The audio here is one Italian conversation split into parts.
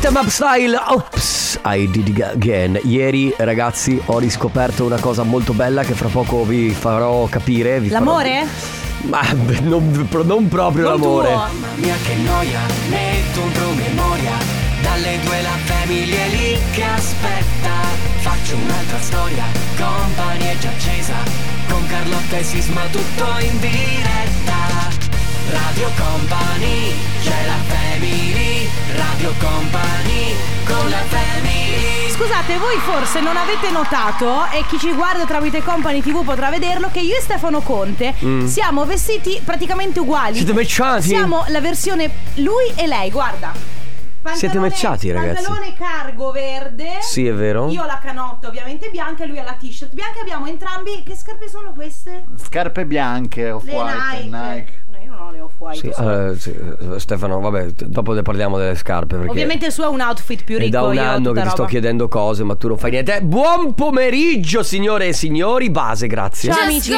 Them Up Style. Oops, I did it again. Ieri, ragazzi, ho riscoperto una cosa molto bella che fra poco vi farò capire. L'amore? Ma non proprio non l'amore. Mamma mia che noia, metto un promemoria. Dalle 2 la famiglia è lì che aspetta. Faccio un'altra storia, Company è già accesa. Con Carlotta e Sisma tutto in diretta. Radio Company, c'è la family. Radio Company, con la family. Scusate, voi forse non avete notato, e chi ci guarda tramite Company TV potrà vederlo, che io e Stefano Conte siamo vestiti praticamente uguali. Siete matchati? Siamo la versione lui e lei, guarda. Siete matchati, ragazzi. Pantalone cargo verde. Sì, è vero. Io ho la canotta ovviamente bianca e lui ha la t-shirt bianca. Abbiamo entrambi. Che scarpe sono queste? Scarpe bianche, Off-White, Nike. No, io non ho le Off-White. Sì, Stefano, vabbè, dopo ne parliamo delle scarpe, perché ovviamente il suo è un outfit più ricco. È da un anno che ti sto chiedendo cose, ma tu non fai niente. Buon pomeriggio, signore e signori. Base, grazie. Ciao amici.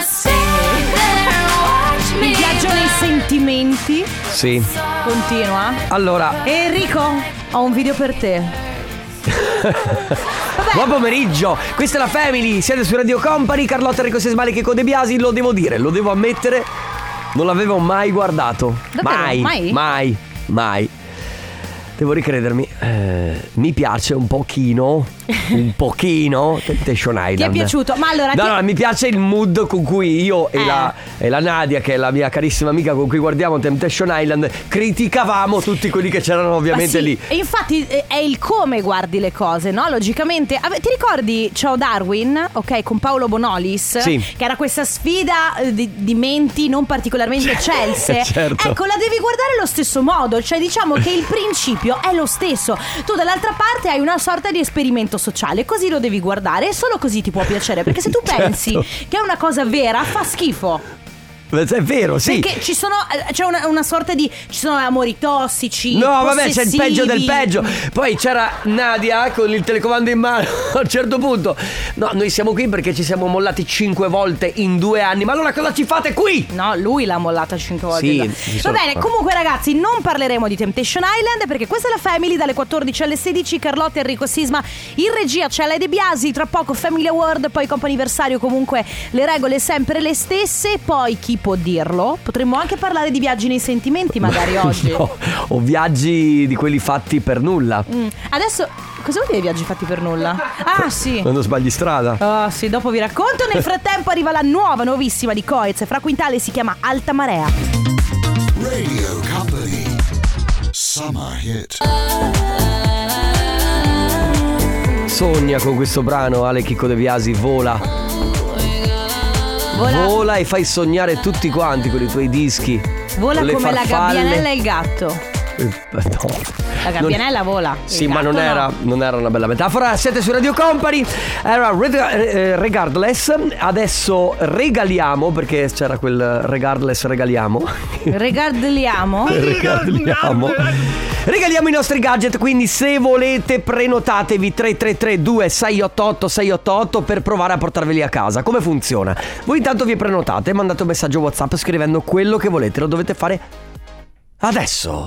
Il viaggio nei sentimenti. Sì. Continua. Allora, Enrico, ho un video per te. buon pomeriggio. Questa è la Family. Siete su Radio Company. Carlotta, Enrico Sisma, che con De Biasi. Lo devo dire, lo devo ammettere. Non l'avevo mai guardato. Davvero? Mai. Devo ricredermi. Mi piace un pochino Temptation Island. Ti è piaciuto? Ma allora No, mi piace il mood con cui io e la Nadia, che è la mia carissima amica con cui guardiamo Temptation Island, criticavamo tutti quelli che c'erano ovviamente lì. E infatti è il come guardi le cose, no? Logicamente. Ti ricordi Ciao Darwin? Ok, con Paolo Bonolis? Sì. Che era questa sfida di menti non particolarmente eccelse. Certo. Ecco, la devi guardare allo stesso modo. Cioè diciamo che il principio è lo stesso. Tu dall'altra parte hai una sorta di esperimento sociale, così lo devi guardare e solo così ti può piacere, perché se tu pensi che è una cosa vera fa schifo. È vero, sì. Perché c'è una sorta di ci sono amori tossici. No, vabbè, possessivi. c'è il peggio del peggio. Poi c'era Nadia con il telecomando in mano. A un certo punto, no, noi siamo qui perché ci siamo mollati 5 volte in 2 anni. Ma allora cosa ci fate qui? No, lui l'ha mollata 5 volte. Sì, va bene, comunque ragazzi, non parleremo di Temptation Island, perché questa è la Family dalle 14 alle 16. Carlotta, Enrico Sisma, in regia c'è Lei De Biasi. Tra poco Family Award, poi comp'anniversario. Comunque le regole sempre le stesse. Poi chi può dirlo? Potremmo anche parlare di viaggi nei sentimenti magari oggi. No, o viaggi di quelli fatti per nulla. Adesso cosa vuol dire viaggi fatti per nulla? Ah sì, quando sbagli strada. Ah sì, dopo vi racconto. Nel frattempo arriva la nuovissima di Coez e Fra Quintale, si chiama Alta Marea. Radio Company Summer Hit. Sogna con questo brano Ale Chicco De Biasi, vola e fai sognare tutti quanti con i tuoi dischi. Vola con le come farfalle. la gabbianella e il gatto. No. La gabbianella vola. Sì, ma non era una bella metafora. Siete su Radio Company. Era Regardless. Adesso regaliamo, perché c'era quel Regardless, regaliamo i nostri gadget. Quindi se volete prenotatevi 333-2688-688 per provare a portarveli a casa. Come funziona? Voi intanto vi prenotate, mandate un messaggio WhatsApp scrivendo quello che volete. Lo dovete fare adesso.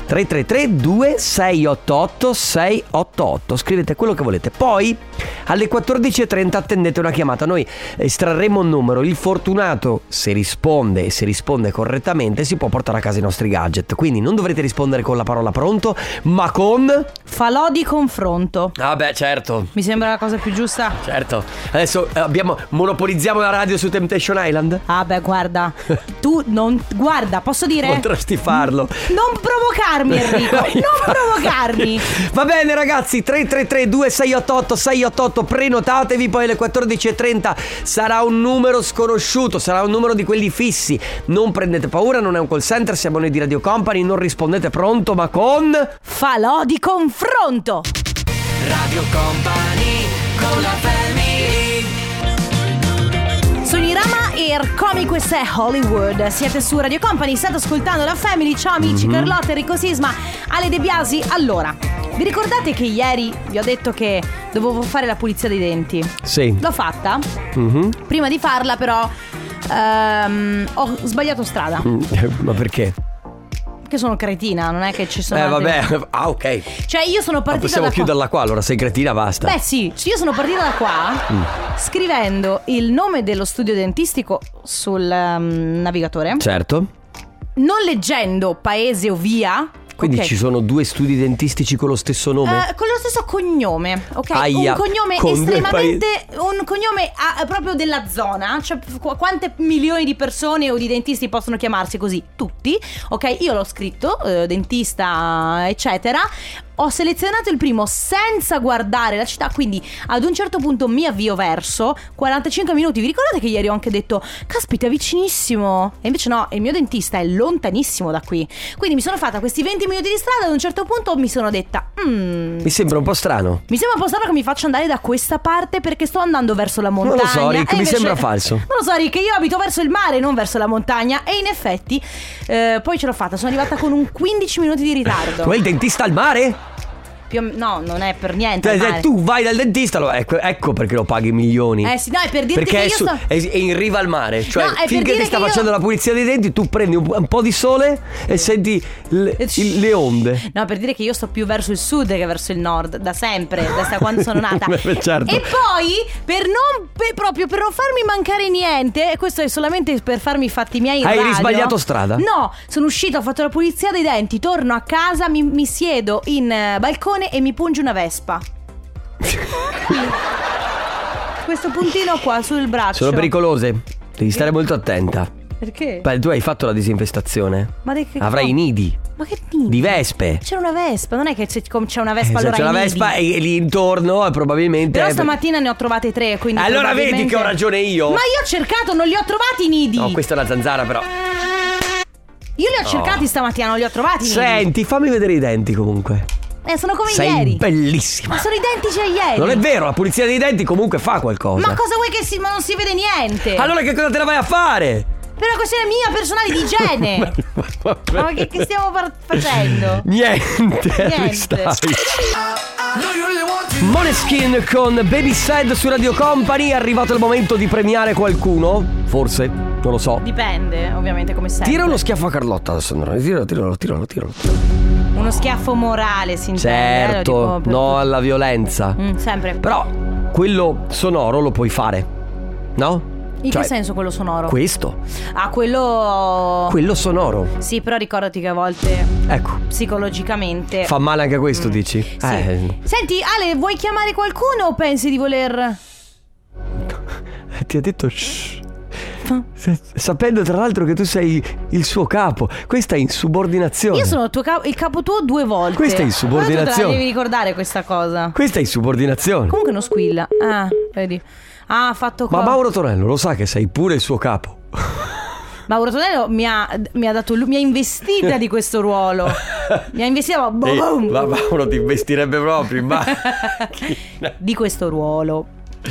333-2688-688. Scrivete quello che volete. Poi alle 14.30 attendete una chiamata. Noi estrarremo un numero. Il fortunato, se risponde correttamente, si può portare a casa i nostri gadget. Quindi non dovrete rispondere con la parola pronto, ma con falò di confronto. Ah beh, certo. Mi sembra la cosa più giusta. Certo. Adesso monopolizziamo la radio su Temptation Island. Ah beh, guarda. Tu non... Guarda, posso dire? Potresti farlo. Non provocarmi, Enrico. Non provocarmi. Va bene ragazzi, 333-2688-688. Prenotatevi. Poi alle 14.30 sarà un numero sconosciuto, sarà un numero di quelli fissi. Non prendete paura, non è un call center, siamo noi di Radio Company. Non rispondete pronto, ma con falò di confronto. Radio Company con la family. Sonirama Air Comic, questa è Hollywood. Siete su Radio Company, state ascoltando la Family. Ciao amici, Carlotta, Enrico Sisma, Ale De Biasi. Allora, vi ricordate che ieri vi ho detto che dovevo fare la pulizia dei denti? Sì. L'ho fatta. Prima di farla però ho sbagliato strada. Ma perché? che sono cretina, non è che ci sono vabbè. Ah, ok. Cioè io sono partita possiamo da qua. chiuderla qua, allora sei cretina, basta. Beh sì, io sono partita da qua scrivendo il nome dello studio dentistico sul navigatore, Certo. non leggendo paese o via. Quindi ok? ci sono 2 studi dentistici con lo stesso nome? Con lo stesso cognome, ok? Aia, un cognome con 2 estremamente. Un cognome proprio della zona. Cioè, quante milioni di persone o di dentisti possono chiamarsi così? Tutti, ok? Io l'ho scritto, dentista, eccetera. Ho selezionato il primo senza guardare la città, quindi ad un certo punto mi avvio verso 45 minuti. Vi ricordate che ieri ho anche detto caspita, è vicinissimo? E invece no, il mio dentista è lontanissimo da qui. Quindi mi sono fatta questi 20 minuti di strada. Ad un certo punto mi sono detta Mi sembra un po' strano. mi sembra un po' strano che mi faccia andare da questa parte, perché sto andando verso la montagna. Non lo so, Rick, E mi invece- sembra falso. Non lo so, Rick, io abito verso il mare, non verso la montagna. E in effetti poi ce l'ho fatta, sono arrivata con un 15 minuti di ritardo. Tu hai il dentista al mare? No, non è per niente al Cioè, mare. tu vai dal dentista, ecco perché lo paghi milioni. Sì, no, è per dirti Perché che è, io sto... è in riva al mare. Cioè, No, è per finché dire ti sta che io- facendo la pulizia dei denti, tu prendi un po' di sole e senti le onde. No, per dire che io sto più verso il sud che verso il nord, da sempre, da quando sono nata. Certo. E poi, proprio per non farmi mancare niente, e questo è solamente per farmi i fatti miei in Hai radio. risbagliato strada? No, sono uscita, ho fatto la pulizia dei denti, torno a casa, mi siedo in balcone e mi punge una vespa. Questo puntino qua sul braccio. Sono pericolose. Devi stare molto attenta. Perché? Beh, tu hai fatto la disinfestazione. Ma di che Avrai i nidi Ma che nidi? di vespe. C'era una vespa, non è che c'è una vespa Se allora c'è i una nidi. vespa e lì intorno probabilmente. Però stamattina ne ho trovate 3, quindi Allora probabilmente... vedi che ho ragione io. Ma io ho cercato, non li ho trovati i nidi. No, questa è una zanzara però. Io li ho cercati stamattina, non li ho trovati i nidi. Senti, fammi vedere i denti comunque. Sono come Sei ieri. bellissima. Ma sono identici a ieri. Non è vero, la pulizia dei denti comunque fa qualcosa. Ma cosa vuoi che ma non si vede niente. Allora che cosa te la vai a fare? Per una questione mia personale di igiene. Ma che stiamo facendo? Niente, Harry Styles. Måneskin con Baby Sad su Radio Company. È arrivato il momento di premiare qualcuno. Forse, non lo so. Dipende, ovviamente, come sempre. Tira uno schiaffo a Carlotta adesso, tiralo. Uno schiaffo morale, si intende. Certo, Lo dico per no tutti. alla violenza. Sempre. Però quello sonoro lo puoi fare, no? In Cioè, che senso quello sonoro? Questo. Quello sonoro. Sì, però ricordati che a volte Ecco. psicologicamente Fa male anche questo, dici? sì. Senti, Ale, vuoi chiamare qualcuno o pensi di voler... Ti ha detto shh. Sapendo tra l'altro che tu sei il suo capo. Questa è insubordinazione. Io sono il capo tuo 2 volte. Questa è insubordinazione. Però tu te la devi ricordare questa cosa. Questa è insubordinazione. Comunque non squilla. Ah, vedi. Ah, ha fatto qua. Ma Mauro Tonello lo sa che sei pure il suo capo. Mauro Tonello mi ha investita di questo ruolo. Mi ha investita Ma Mauro ti investirebbe proprio in di questo ruolo.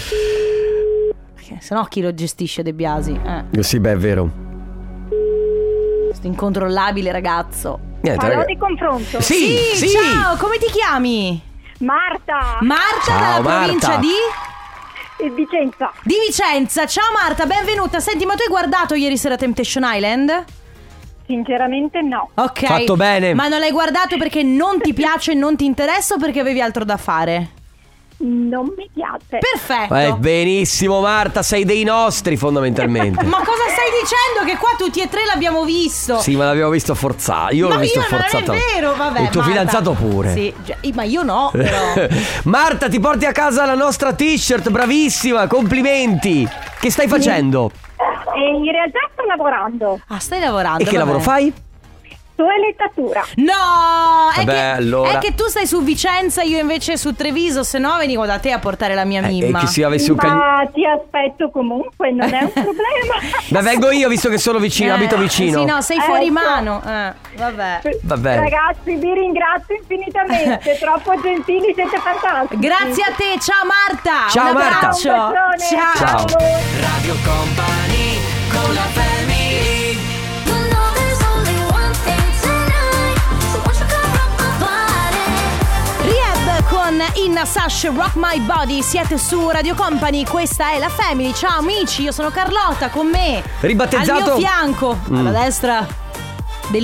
Se no chi lo gestisce De Biasi? Sì, beh, è vero. Questo incontrollabile ragazzo. Niente, Parlo raga. di confronto. Sì. Ciao, come ti chiami? Marta Marta, Ciao, dalla Marta. provincia di Vicenza. Vicenza. Ciao Marta, benvenuta. Senti, ma tu hai guardato ieri sera Temptation Island? Sinceramente no. Ok. Fatto bene. Ma non l'hai guardato perché non ti piace e non ti interessa o perché avevi altro da fare? Non mi piace. Perfetto. Benissimo Marta, sei dei nostri fondamentalmente. Ma cosa stai dicendo? Che qua tutti e 3 l'abbiamo visto. Sì, ma l'abbiamo visto forzato. Io Ma l'ho visto io non forzato. è vero, vabbè. Il tuo Marta. fidanzato pure. Sì, ma io no, però. Marta, ti porti a casa la nostra t-shirt, bravissima, complimenti. Che stai facendo? In realtà sto lavorando. Ah, stai lavorando. E che vabbè. lavoro fai? Toelettatura. No, è, Vabbè, che, allora. è che tu stai su Vicenza, io invece su Treviso. Se no venivo da te a portare la mia E mimma. che se io avessi un Ma ti aspetto comunque, non è un problema. Beh, vengo io visto che sono vicino, abito vicino. Sì, no, sei fuori Ecco. mano. Vabbè. Va bene. Ragazzi, vi ringrazio infinitamente. Troppo gentili, siete fantastici. Grazie a te, ciao Marta. Ciao, un Marta. abbraccio. Un bacione. Ciao. Ciao. Radio Company con la family. Rehab con Inna Sash, Rock My Body. Siete su Radio Company, questa è la Family. Ciao amici, io sono Carlotta, con me Ribattezzato. al mio fianco, alla destra del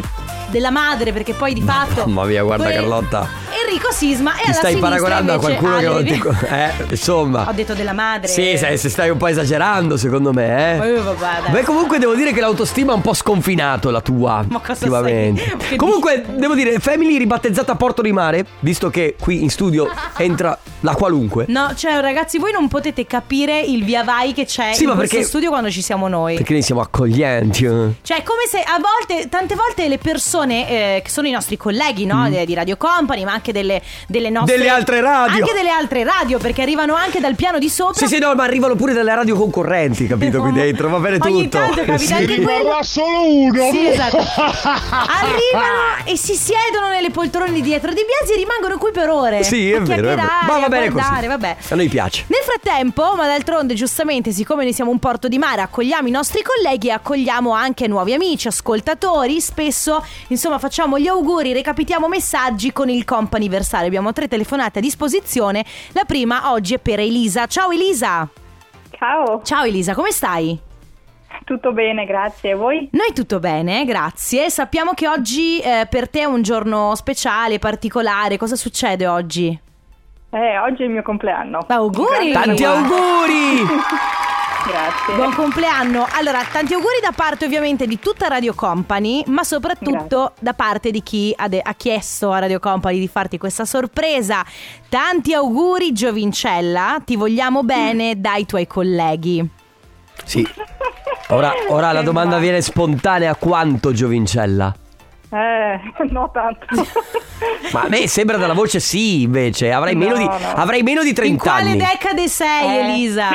della madre, perché poi di fatto Mamma mia, guarda Carlotta, Enrico Sisma e ti alla stai sinistra paragonando a invece qualcuno che non Ale. ti... insomma. Ho detto della madre. Sì, se stai un po' esagerando secondo me, Vabbè, dai. Beh, comunque devo dire che l'autostima è un po' sconfinato la tua. Ma cosa ultimamente. sei? Che Comunque devo dire, Family ribattezzata a Porto di Mare, visto che qui in studio entra la qualunque. No, cioè ragazzi, voi non potete capire il via vai che c'è Sì, in ma questo perché- studio quando ci siamo noi. Perché noi siamo accoglienti. Cioè, è come se a volte, tante volte le persone che sono i nostri colleghi, no? Di Radio Company, ma anche delle nostre... Delle altre radio. Anche delle altre radio, perché arrivano anche dal piano di sopra. Sì, no, ma arrivano pure dalle radio concorrenti, capito? Qui dentro, va bene tutto. Ogni tanto capita Sì. anche quello. solo uno. Sì, esatto. Arrivano e si siedono nelle poltrone di dietro di Biasi e rimangono qui per ore. Sì, è a vero, è vero. chiacchierare, Ma va a bene guardare, così. vabbè. A noi piace. Nel frattempo, ma d'altronde giustamente, siccome noi siamo un porto di mare, accogliamo i nostri colleghi e accogliamo anche nuovi amici, ascoltatori. Spesso, insomma, facciamo gli auguri, recapitiamo messaggi con il comp'anniversario. Abbiamo 3 telefonate a disposizione. La prima oggi è per Elisa. Ciao Elisa. Ciao, Ciao Elisa, come stai? tutto bene, grazie. E voi? Noi tutto bene, grazie. Sappiamo che oggi per te è un giorno speciale, particolare. Cosa succede oggi? Oggi è il mio compleanno. Auguri! Tanti auguri! Grazie. Buon compleanno. Allora, tanti auguri da parte ovviamente di tutta Radio Company, ma soprattutto da parte di chi ha chiesto a Radio Company di farti questa sorpresa. Tanti auguri Giovincella, ti vogliamo bene dai tuoi colleghi. Sì. Ora la domanda viene spontanea: quanto, Giovincella? No tanto. Ma a me sembra dalla voce sì, invece. Avrai meno di 30 In quale anni. decade sei, Elisa?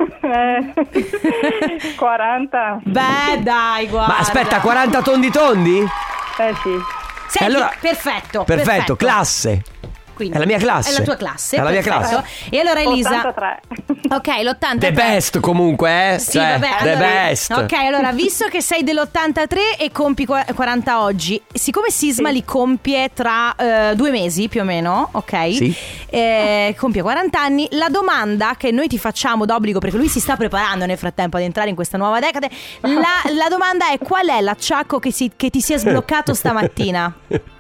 40. Beh, dai, guarda. Ma aspetta, 40 tondi? Sì. Senti, allora- perfetto. Classe. Quindi, È la mia classe. È la tua classe. È la mia perfetto. classe. E allora Elisa 83. Ok, l'83 The best comunque, Sì, Cioè, vabbè, the allora, best. Ok, allora, visto che sei dell'83 e compi 40 oggi, siccome Sisma li compie tra 2 mesi più o meno, ok? Sì. Compie 40 anni, la domanda che noi ti facciamo d'obbligo, perché lui si sta preparando nel frattempo ad entrare in questa nuova decade, la domanda è: qual è l'acciacco che ti si è sbloccato stamattina?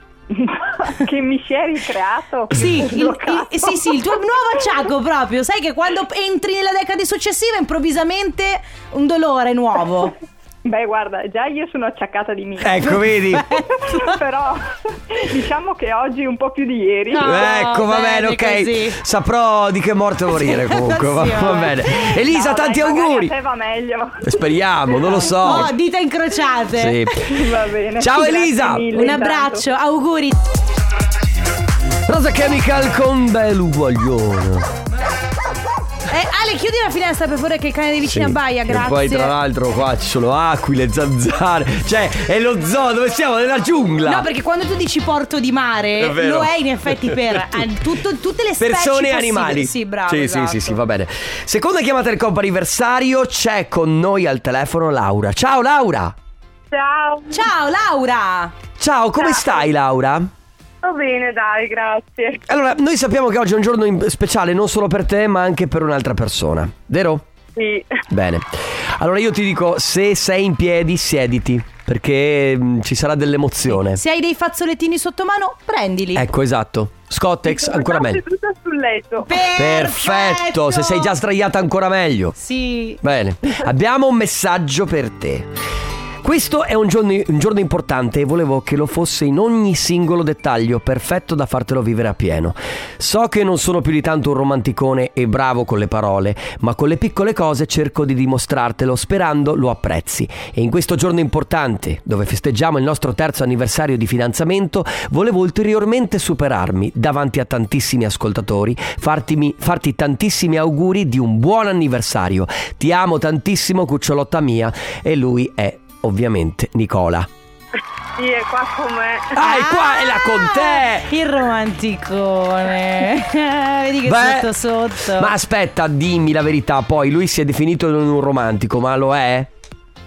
Che mi si è ricreato. Sì, Sbloccato. sì, il tuo nuovo acciacco proprio. Sai che quando entri nella decade successiva improvvisamente un dolore nuovo. Beh, guarda, già io sono acciaccata di mio. Ecco, vedi? Però diciamo che oggi un po' più di ieri. No. Ecco, va bene, ok. così. Saprò di che morte morire comunque. Sì, va vabbè. bene. Elisa, No, tanti dai, magari auguri. a te va meglio. Speriamo, non lo so. Oh, dita incrociate. Sì. Va bene. Ciao, Grazie Elisa. mille, Un intanto. abbraccio, auguri. Rosa Chemical con Belluguaglione. Ale, chiudi la finestra per favore che il cane dei vicini abbaia, E grazie. poi tra l'altro qua ci sono aquile, zanzare. Cioè è lo zoo, dove siamo? Nella giungla. No, perché quando tu dici porto di mare, È vero. lo è in effetti per tutte le specie Persone e possibili. animali. Sì, bravo. Sì, esatto. sì, va bene. Seconda chiamata del compo anniversario. C'è con noi al telefono Laura. Ciao Laura. Ciao. Ciao Laura. Ciao, come stai Laura? Va bene, dai, grazie. Allora, noi sappiamo che oggi è un giorno speciale non solo per te, ma anche per un'altra persona, vero? Sì. Bene. Allora io ti dico, se sei in piedi, siediti, perché ci sarà dell'emozione. Se hai dei fazzolettini sotto mano, prendili. Ecco, esatto. Scottex, ancora Sono meglio. seduta sul letto. Perfetto, se sei già sdraiata ancora meglio. Sì. Bene, abbiamo un messaggio per te. Questo è un giorno importante e volevo che lo fosse in ogni singolo dettaglio, perfetto da fartelo vivere a pieno. So che non sono più di tanto un romanticone e bravo con le parole, ma con le piccole cose cerco di dimostrartelo, sperando lo apprezzi. E in questo giorno importante, dove festeggiamo il nostro 3° anniversario di fidanzamento, volevo ulteriormente superarmi davanti a tantissimi ascoltatori, farti tantissimi auguri di un buon anniversario. Ti amo tantissimo, cucciolotta mia. E lui è ovviamente Nicola. Sì, è qua con me. Ah, è qua, è là con te. Il romanticone. Vedi che Beh, sotto. Ma aspetta, dimmi la verità. Poi lui si è definito non un romantico, ma lo è?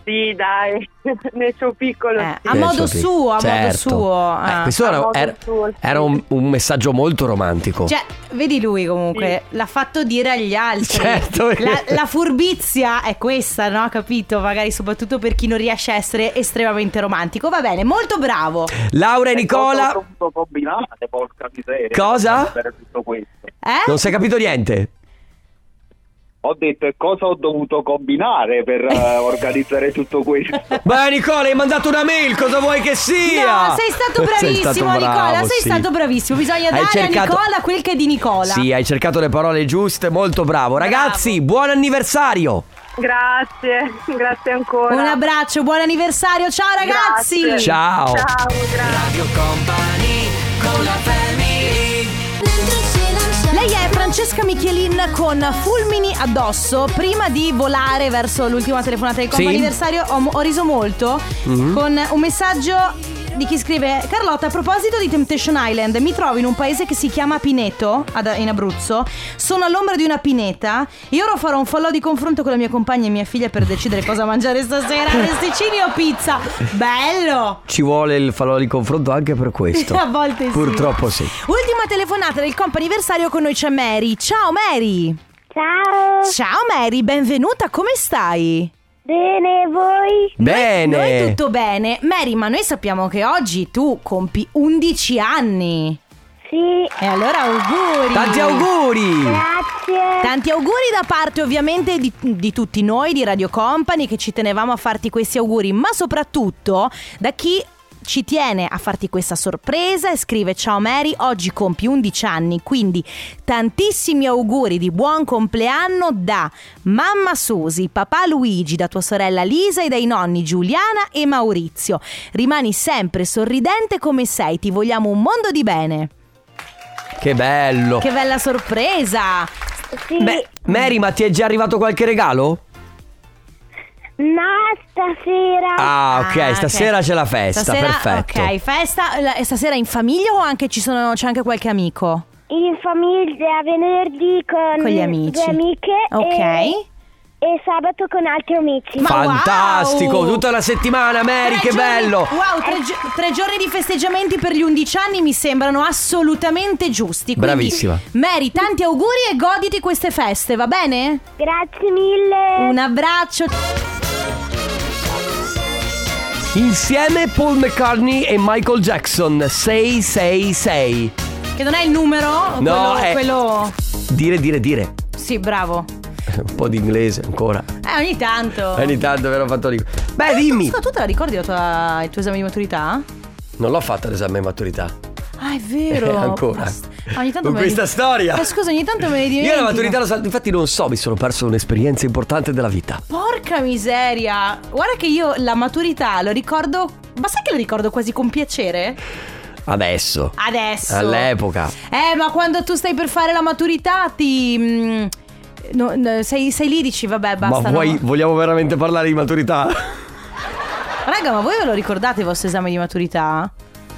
Sì, dai, nel suo piccolo A stile. modo suo, a modo suo. Questo A era, modo era- suo, sì. era un messaggio molto romantico. Cioè, vedi lui comunque, l'ha fatto dire agli altri. Certo. La furbizia è questa, no? Capito? Magari soprattutto per chi non riesce a essere estremamente romantico. Va bene, molto bravo. Laura e Nicola. Cosa ho dovuto combinare, porca miseria. Cosa? Per tutto questo. Non si è capito niente. Ho detto cosa ho dovuto combinare per organizzare tutto questo. Beh, Nicola, hai mandato una mail, cosa vuoi che sia? No, sei stato bravissimo, stato bravo, Nicola. Sei sì. stato bravissimo. Bisogna Hai dare cercato- a Nicola quel che è di Nicola. Sì, hai cercato le parole giuste, molto bravo. Ragazzi, buon anniversario. Grazie ancora. Un abbraccio, buon anniversario. Ciao ragazzi. Grazie. Ciao. Ciao, grazie. Radio Company con la family. Lei è Francesca Michelin con Fulmini addosso. Prima di volare verso l'ultima telefonata del compo Sì. anniversario ho riso molto con un messaggio di chi scrive: Carlotta, a proposito di Temptation Island, mi trovo in un paese che si chiama Pineto, in Abruzzo. Sono all'ombra di una pineta e ora farò un falò di confronto con la mia compagna e mia figlia per decidere cosa mangiare stasera, vesticini o pizza. Bello. Ci vuole il falò di confronto anche per questo. A volte sì. Purtroppo sì. Ultima telefonata del compo anniversario, con noi c'è Mary. Ciao Mary. Ciao. Ciao Mary, benvenuta, come stai? Bene, voi? Bene. Noi tutto bene. Mary, ma noi sappiamo che oggi tu compi 11 anni. Sì, E allora auguri. Tanti auguri. grazie. Tanti auguri da parte ovviamente di tutti noi di Radio Company, che ci tenevamo a farti questi auguri, ma soprattutto da chi ci tiene a farti questa sorpresa e scrive: ciao Mary, oggi compi 11 anni, quindi tantissimi auguri di buon compleanno da mamma Susi, papà Luigi, da tua sorella Lisa e dai nonni Giuliana e Maurizio. Rimani sempre sorridente come sei, ti vogliamo un mondo di bene. Che bello. Che bella sorpresa. Sì, Beh, Mary, ma ti è già arrivato qualche regalo? no, stasera. Ah, ok, stasera c'è la festa, Stasera, perfetto. ok, festa. Stasera in famiglia o anche c'è anche qualche amico? In famiglia, venerdì con Con gli amici. due amiche. Ok. E sabato con altri amici. Ma Fantastico, wow! tutta la settimana, Mary, che bello. Wow, 3 giorni di festeggiamenti per gli 11 anni mi sembrano assolutamente giusti. Quindi, Bravissima. Mary, tanti auguri e goditi queste feste, va bene? Grazie mille. Un abbraccio. Insieme Paul McCartney e Michael Jackson, 666. Che non è il numero? No, quello... Dire. Sì, bravo. Un po' di inglese ancora. Ogni tanto. Ogni tanto ve l'ho fatto lì. Beh, dimmi. Tu te la ricordi il tuo esame di maturità? Non l'ho fatto l'esame di maturità. Ah, è vero. Ancora. Ogni tanto Con me questa storia. Scusa, ogni tanto me ne dimentico. Io la maturità lo so, infatti non so, mi sono perso un'esperienza importante della vita. Porca miseria. Guarda che io la maturità lo ricordo. Ma sai che lo ricordo quasi con piacere? Adesso. All'epoca. Ma quando tu stai per fare la maturità sei lì, dici vabbè, basta. Ma no. vogliamo veramente parlare di maturità? Raga, ma voi ve lo ricordate il vostro esame di maturità?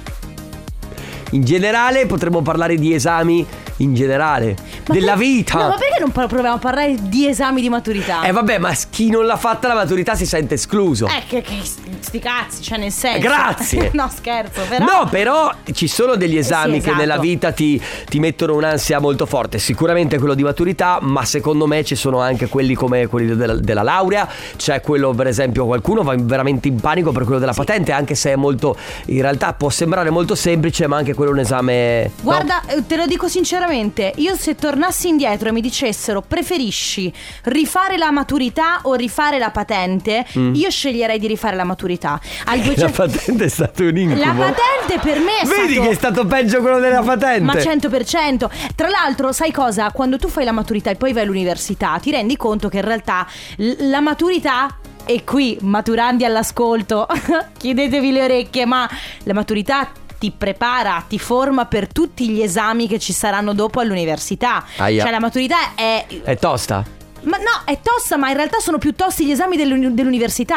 In generale potremmo parlare di esami in generale della vita. No, ma perché non proviamo a parlare di esami di maturità? Vabbè, ma chi non l'ha fatta la maturità si sente escluso. Che sti cazzi, cioè nel senso. Grazie. No, scherzo, però. No, però ci sono degli esami sì, esatto. che nella vita ti mettono un'ansia molto forte. Sicuramente quello di maturità, ma secondo me ci sono anche quelli come quelli della laurea. C'è quello, per esempio, qualcuno va veramente in panico per quello della patente, anche se è molto, in realtà può sembrare molto semplice, ma anche quello è un esame. Guarda, te lo dico sinceramente, io se tornassi indietro e mi dicessero preferisci rifare la maturità o rifare la patente, io sceglierei di rifare la maturità. La patente è stato un incubo. La patente per me è Vedi stato... che è stato peggio quello della patente. Ma 100%. Tra l'altro, sai cosa? Quando tu fai la maturità e poi vai all'università, ti rendi conto che in realtà la maturità... E qui, maturandi all'ascolto, chiedetevi le orecchie, ma la maturità ti prepara, ti forma per tutti gli esami che ci saranno dopo all'università. Aia. Cioè la maturità è tosta? Ma no, è tosta, ma in realtà sono più tosti gli esami dell'università.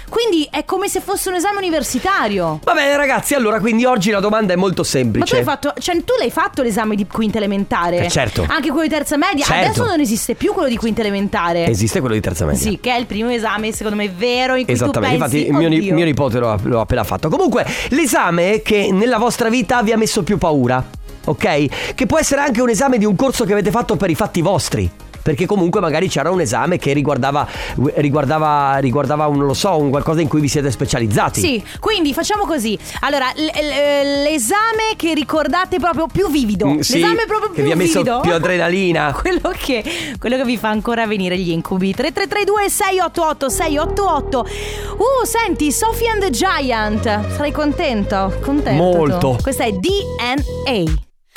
Quindi è come se fosse un esame universitario. Va bene ragazzi, allora quindi oggi la domanda è molto Ma semplice. tu hai fatto, cioè tu l'hai fatto l'esame di quinta elementare? Certo. Anche quello di terza media? Certo. Adesso non esiste più quello di quinta elementare. Esiste quello di terza media. Sì, che è il primo esame, secondo me, vero in cui tu Esattamente, pensi, infatti oddio. mio nipote l'ho appena fatto. Comunque, l'esame che nella vostra vita vi ha messo più paura, ok? Che può essere anche un esame di un corso che avete fatto per i fatti vostri. Perché comunque magari c'era un esame che riguardava un, non lo so, un qualcosa in cui vi siete specializzati. Sì, quindi facciamo così. Allora, l'esame che ricordate proprio più vivido. Sì, l'esame proprio che più vi ha messo vivido. più adrenalina. Quello che vi fa ancora venire gli incubi. 3332 688 688. Senti, Sophie and the Giant. Sarai contento? Contento? Molto. Questa è DNA.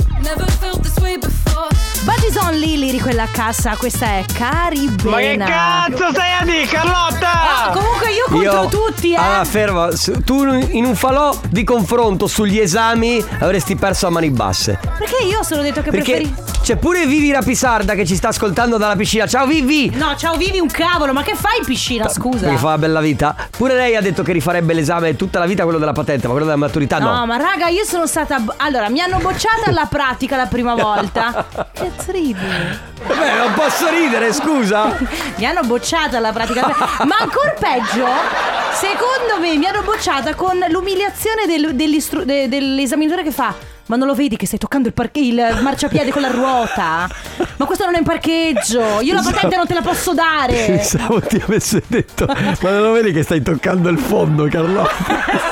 Buddies on Lily di quella cassa. Questa è Caribena. Ma che cazzo stai a dire, Carlotta? Comunque io contro tutti, Allora ferma, tu in un falò di confronto sugli esami avresti perso a mani basse. Perché io ho solo detto che Perché c'è pure Vivi Rapisarda che ci sta ascoltando dalla piscina. Ciao Vivi! No, ciao Vivi un cavolo, ma che fai in piscina, scusa? Perché fa una bella vita. Pure lei ha detto che rifarebbe l'esame tutta la vita, quello della patente, ma quello della maturità no. No, ma raga, io sono stata... Allora, mi hanno bocciata alla pratica la prima volta. Che ridi? Vabbè, non posso ridere, scusa. Mi hanno bocciata alla pratica. Ma ancora peggio, secondo me mi hanno bocciata con l'umiliazione dell'esaminatore che fa: ma non lo vedi che stai toccando il marciapiede con la ruota? Ma questo non è un parcheggio. Io la patente non te la posso dare. Pensavo ti avesse detto: ma non lo vedi che stai toccando il fondo, Carlotta?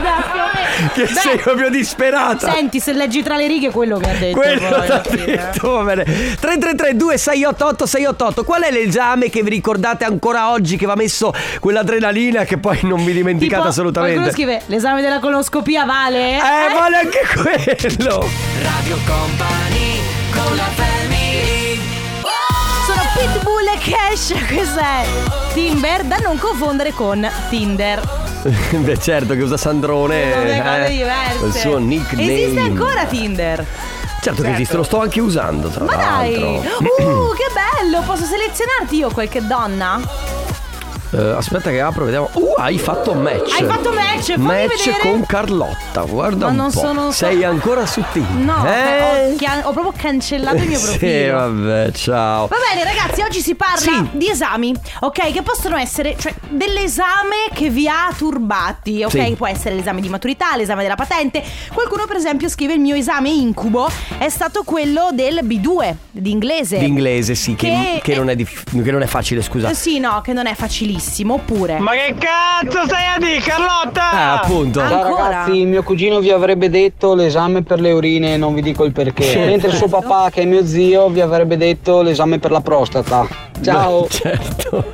Che sei proprio disperata. Senti, se leggi tra le righe quello che ha detto. Quello poi, t'ha detto, va bene. 333 688 688. Qual è l'esame che vi ricordate ancora oggi, che va messo quell'adrenalina che poi non vi dimenticate tipo, assolutamente? Qualcuno scrive: l'esame della coloscopia vale? Vale anche quello. Radio Company con la family. Sono Pitbull e Cash. Questo è Timber, da non confondere con Tinder. Beh, certo, che usa Sandrone. Sono due cose diverse. Il suo nickname. Esiste ancora Tinder? Certo che esiste, lo sto anche usando, tra Ma dai. l'altro. Che bello. Posso selezionarti io qualche donna? Aspetta che apro, vediamo. Hai fatto match. Hai fatto match? Fammi Match vedere. con Carlotta. Guarda Ma un non po'. sono- Sei ancora su Tinder? No, ho proprio cancellato il mio profilo. Sì, vabbè, ciao. Va bene ragazzi, oggi si parla Sì. di esami, ok? Che possono essere, cioè, dell'esame che vi ha turbati, ok? Sì. Può essere l'esame di maturità, l'esame della patente. Qualcuno per esempio scrive: il mio esame incubo è stato quello del B2 di inglese. L'inglese, sì, che non è facile, scusa. Sì, no, che non è facilissimo. Oppure Ma che cazzo stai a dire, Carlotta? Appunto. Ah. Ciao Ancora? ragazzi, mio cugino vi avrebbe detto l'esame per le urine, non vi dico il perché. Mentre suo papà, che è mio zio, vi avrebbe detto l'esame per la prostata. Ciao. Beh, certo.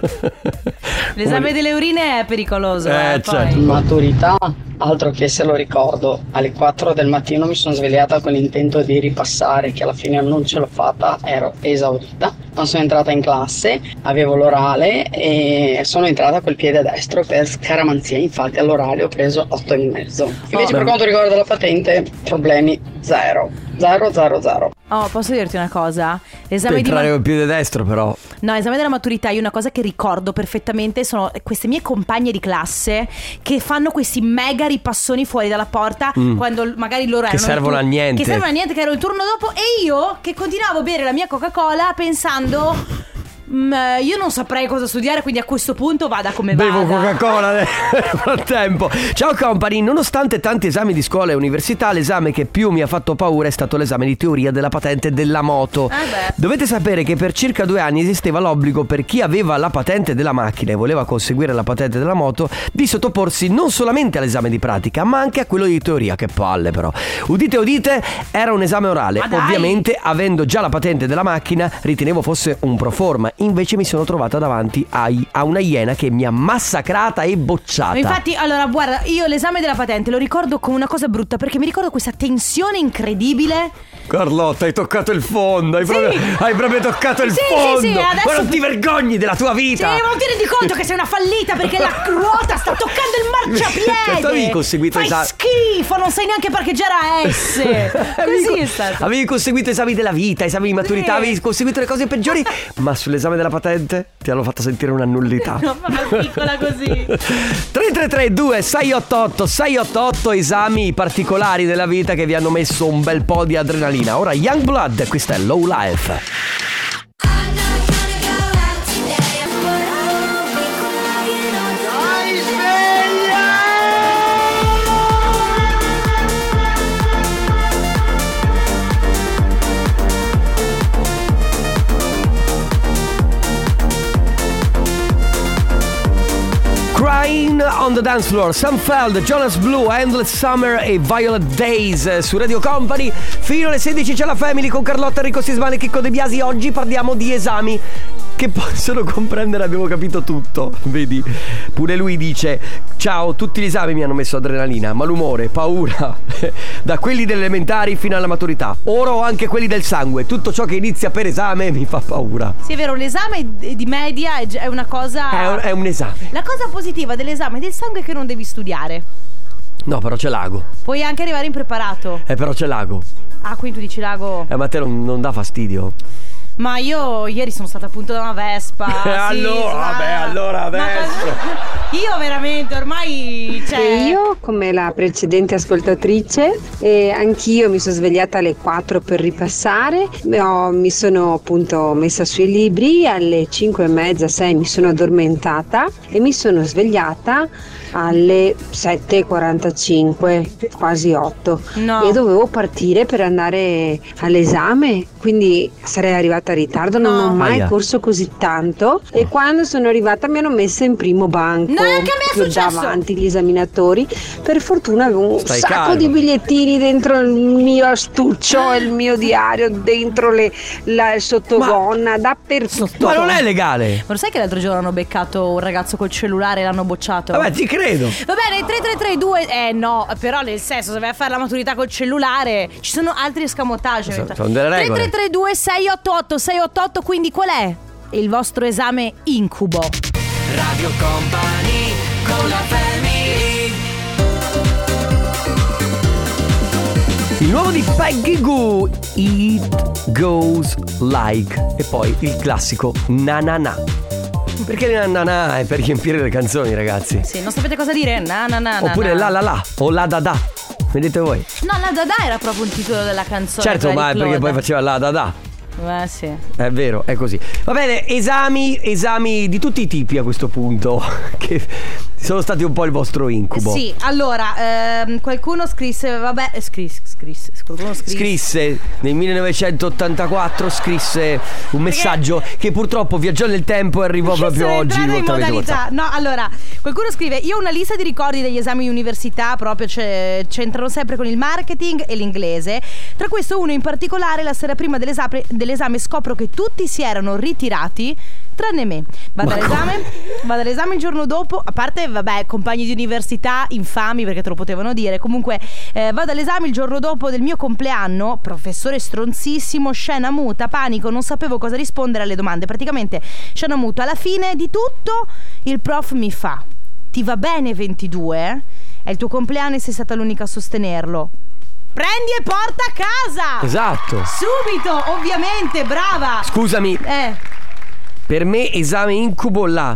l'esame delle urine è pericoloso. Poi. certo. Maturità, altro che se lo ricordo. Alle 4 del mattino mi sono svegliata con l'intento di ripassare, che alla fine non ce l'ho fatta, ero esaurita. Non sono entrata in classe, avevo l'orale e sono entrata col piede destro per scaramanzia, infatti all'orale ho preso 8,5. Invece per quanto riguarda la patente, problemi zero. Oh, posso dirti una cosa? L'esame Per di entrare col piede destro, però. No, esame della maturità, io una cosa che ricordo perfettamente sono queste mie compagne di classe che fanno questi mega ripassoni fuori dalla porta quando magari loro erano servono a niente. Che servono a niente, che ero il turno dopo, e io che continuavo a bere la mia Coca-Cola pensando io non saprei cosa studiare, quindi a questo punto vada come vada. Bevo Coca-Cola nel frattempo. Ciao company, nonostante tanti esami di scuola e università, l'esame che più mi ha fatto paura è stato l'esame di teoria della patente della moto. Dovete sapere che per circa 2 anni esisteva l'obbligo per chi aveva la patente della macchina e voleva conseguire la patente della moto di sottoporsi non solamente all'esame di pratica ma anche a quello di teoria. Che palle però. Udite udite, era un esame orale. Ovviamente, avendo già la patente della macchina, ritenevo fosse un proforma. Invece mi sono trovata davanti a una iena che mi ha massacrata e bocciata. Ma infatti, allora, guarda, io l'esame della patente lo ricordo come una cosa brutta, perché mi ricordo questa tensione incredibile. Carlotta, hai toccato il fondo. Hai proprio toccato il Sì, fondo. sì, adesso- Ma non ti vergogni della tua vita? Sì, ma non ti rendi conto che sei una fallita perché la ruota sta toccando il marciapiede. Cioè, tu avevi conseguito Fai schifo, non sai neanche parcheggiare a S. Così è stato. Avevi conseguito esami della vita, esami di maturità, Sì. avevi conseguito le cose peggiori. Ma sull'esame l'esame della patente? Ti hanno fatto sentire una nullità. No, ma piccola così. 333-2688-688, esami particolari della vita che vi hanno messo un bel po' di adrenalina. Ora Youngblood, questa è Low Life. Crying on the Dance Floor, Sam Feld, Jonas Blue, Endless Summer e Violet Days su Radio Company. Fino alle 16 c'è la Family con Carlotta, Enrico Sismani e Chicco De Biasi. Oggi parliamo di esami che possono comprendere, abbiamo capito tutto. Vedi, pure lui dice: ciao, tutti gli esami mi hanno messo adrenalina, malumore, paura da quelli delle elementari fino alla maturità. Ora ho anche quelli del sangue, tutto ciò che inizia per esame mi fa paura. Sì, è vero, l'esame di media è una cosa... È un esame. La cosa positiva dell'esame del sangue è che non devi studiare. No, però c'è l'ago. Puoi anche arrivare impreparato. Però c'è l'ago. Ah, quindi tu dici l'ago. Ma a te non dà fastidio? Ma io ieri sono stata appunto da una Vespa. allora adesso. Io veramente ormai E io, come la precedente ascoltatrice, anch'io mi sono svegliata alle 4 per ripassare. Mi sono appunto messa sui libri, alle 5:30, 6 mi sono addormentata e mi sono svegliata alle 7:45, quasi 8. No. E dovevo partire per andare all'esame, quindi sarei arrivata in ritardo. Non ho mai corso così tanto e quando sono arrivata mi hanno messa in primo banco, davanti gli esaminatori. Per fortuna avevo un sacco di bigliettini dentro il mio astuccio e il mio diario, dentro il sottogonna, dappertutto. Ma non è legale. Ma lo sai che l'altro giorno hanno beccato un ragazzo col cellulare e l'hanno bocciato? Vabbè, ti credo. Va bene, 3332. No, però nel senso, se vai a fare la maturità col cellulare ci sono altri escamotage. Sono delle regole. 3332 688 688. Quindi qual è il vostro esame incubo? Radio Company con la Family. Il nuovo di Peggy Goo, It Goes Like. E poi il classico Na Na Na. Perché le na na na è per riempire le canzoni, ragazzi. Sì, non sapete cosa dire? Na na na. Oppure la la la o la da da. Vedete voi? No, la da da era proprio il titolo della canzone. Certo, ma è perché poi faceva la da da. Sì. È vero, è così. Va bene, esami di tutti i tipi a questo punto, che sono stati un po' il vostro incubo. Sì, allora, qualcuno scrisse, qualcuno scrisse nel 1984, scrisse un messaggio che purtroppo viaggiò nel tempo e arrivò proprio oggi in modalità. No, allora, qualcuno scrive: io ho una lista di ricordi degli esami di università, proprio c'entrano sempre con il marketing e l'inglese. Tra questo uno in particolare, la sera prima dell'esame scopro che tutti si erano ritirati tranne me. Vado all'esame il giorno dopo. A parte, vabbè, compagni di università infami, perché te lo potevano dire. Comunque vado all'esame il giorno dopo del mio compleanno. Professore stronzissimo, scena muta, panico, non sapevo cosa rispondere alle domande. Praticamente scena muta. Alla fine di tutto il prof mi fa: ti va bene 22? È il tuo compleanno e sei stata l'unica a sostenerlo. Prendi e porta a casa! Esatto. Subito, ovviamente, brava. Scusami. Per me esame incubo la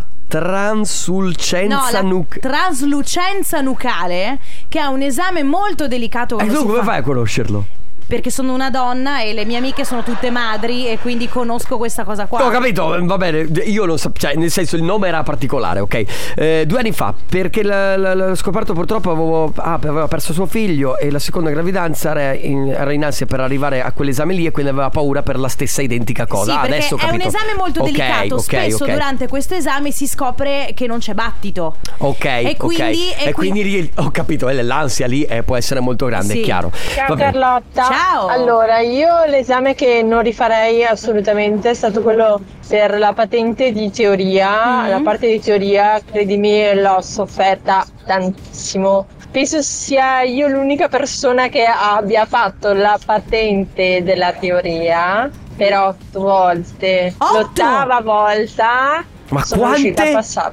traslucenza traslucenza nucale, che è un esame molto delicato. E tu come fai a conoscerlo? Perché sono una donna e le mie amiche sono tutte madri e quindi conosco questa cosa qua. Ho capito, va bene, io non so, cioè nel senso il nome era particolare, ok? 2 anni fa, perché l'ho scoperto purtroppo, aveva perso suo figlio e la seconda gravidanza era in ansia per arrivare a quell'esame lì e quindi aveva paura per la stessa identica cosa. Sì, perché adesso ho è capito. un esame molto delicato, spesso durante questo esame si scopre che non c'è battito. Ok, e quindi lì ho capito, l'ansia lì può essere molto grande, sì. È chiaro. Ciao Carlotta. Ciao. Allora, io l'esame che non rifarei assolutamente è stato quello per la patente di teoria. La parte di teoria, credimi, l'ho sofferta tantissimo. Penso sia io l'unica persona che abbia fatto la patente della teoria per 8 volte. 8? L'8ª volta Ma sono riuscita a passarla.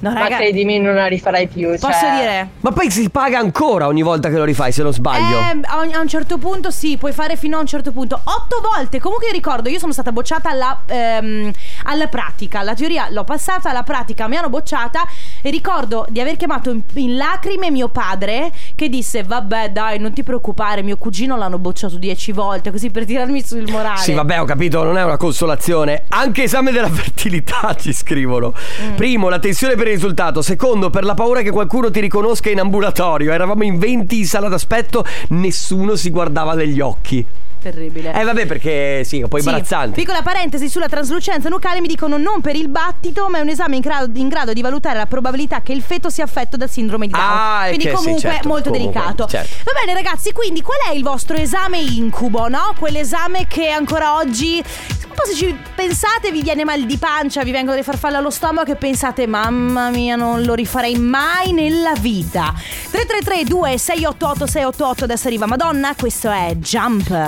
No, ma raga, credimi non la rifarai più. posso dire? Ma poi si paga ancora ogni volta che lo rifai, se non sbaglio. A un certo punto sì, puoi fare fino a un certo punto 8 volte. Comunque io ricordo, io sono stata bocciata alla pratica. La teoria l'ho passata, alla pratica mi hanno bocciata. E ricordo di aver chiamato in lacrime mio padre, che disse: vabbè dai, non ti preoccupare, mio cugino l'hanno bocciato 10 volte, così per tirarmi sul morale. Sì, vabbè, ho capito, non è una consolazione. Anche esame della fertilità ci scrivono. Primo, la tensione per il risultato. Secondo, per la paura che qualcuno ti riconosca in ambulatorio. Eravamo in 20 in sala d'aspetto, nessuno si guardava negli occhi. Terribile. Vabbè, perché sì, è un po' imbarazzante. Piccola parentesi sulla traslucenza nucleare, mi dicono non per il battito, ma è un esame in grado di valutare la probabilità che il feto sia affetto da sindrome di Down. Quindi comunque certo, molto delicato. Certo. Va bene ragazzi, quindi qual è il vostro esame incubo, no? Quell'esame che ancora oggi, un po' se ci pensate, vi viene mal di pancia, vi vengono le farfalle allo stomaco e pensate: mamma mia, non lo rifarei mai nella vita. 333-2688-688. Adesso arriva Madonna, questo è Jump.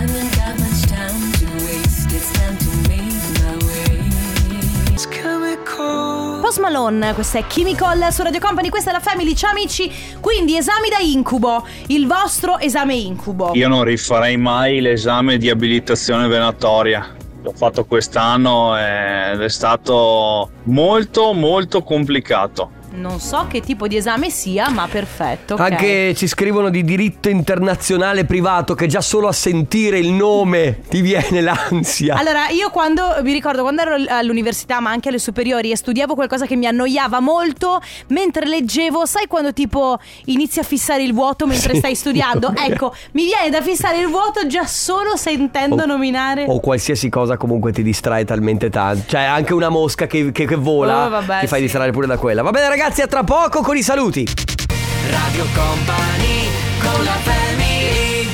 Post Malone, questa è Chemical su Radio Company, questa è la Family. Ciao amici, quindi esami da incubo, il vostro esame incubo. Io non rifarei mai l'esame di abilitazione venatoria. L'ho fatto quest'anno ed è stato molto molto complicato. Non so che tipo di esame sia, ma perfetto. Okay. Anche ci scrivono di diritto internazionale privato, che già solo a sentire il nome ti viene l'ansia. Allora, io mi ricordo quando ero all'università, ma anche alle superiori, e studiavo qualcosa che mi annoiava molto, mentre leggevo, sai quando tipo inizi a fissare il vuoto mentre stai studiando? Ecco, mi viene da fissare il vuoto già solo sentendo nominare. O qualsiasi cosa comunque ti distrae talmente tanto. Cioè anche una mosca che vola, vabbè, ti fai distrarre pure da quella. Va bene ragazzi, a tra poco con i saluti. Radio Company con la Family.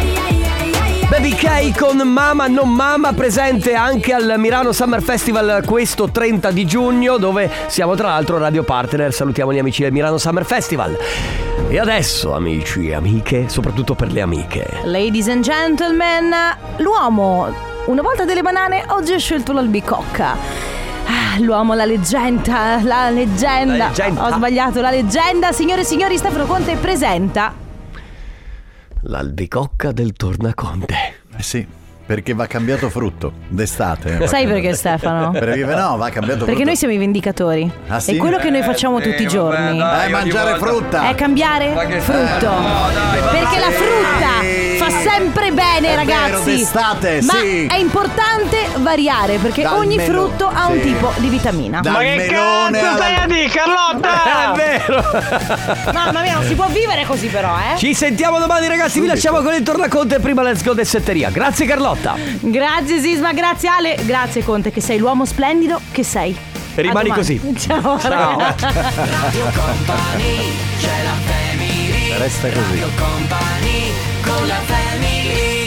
Baby K con Mama Non Mama, presente anche al Milano Summer Festival questo 30 di giugno, dove siamo tra l'altro radio partner. Salutiamo gli amici del Milano Summer Festival. E adesso, amici e amiche, soprattutto per le amiche, ladies and gentlemen, l'uomo una volta delle banane, oggi ha scelto l'albicocca. L'uomo, la leggenda. Ho sbagliato, la leggenda. Signore e signori, Stefano Conte presenta l'albicocca del Tornaconte. Sì, perché va cambiato frutto d'estate. Sai perché, Stefano? Perché no, va cambiato frutto. Perché noi siamo i vendicatori. Ah, sì? È quello che noi facciamo tutti i giorni. Dai, mangiare frutta. È cambiare frutto. Perché la frutta fa sempre bene, ragazzi. D'estate, ma sì. è importante variare, perché ogni frutto ha un tipo di vitamina. Ma che cazzo stai a dire, Carlotta? È vero. Mamma mia, non si può vivere così però, Ci sentiamo domani ragazzi, vi lasciamo con il Tornaconte. Prima let's go dessetteria. Grazie Carlotta. Grazie Sisma, grazie Ale, grazie Conte, che sei l'uomo splendido che sei. E rimani così. Ciao. Radio Company, c'è la Family. Resta così. Radio Company con la Family.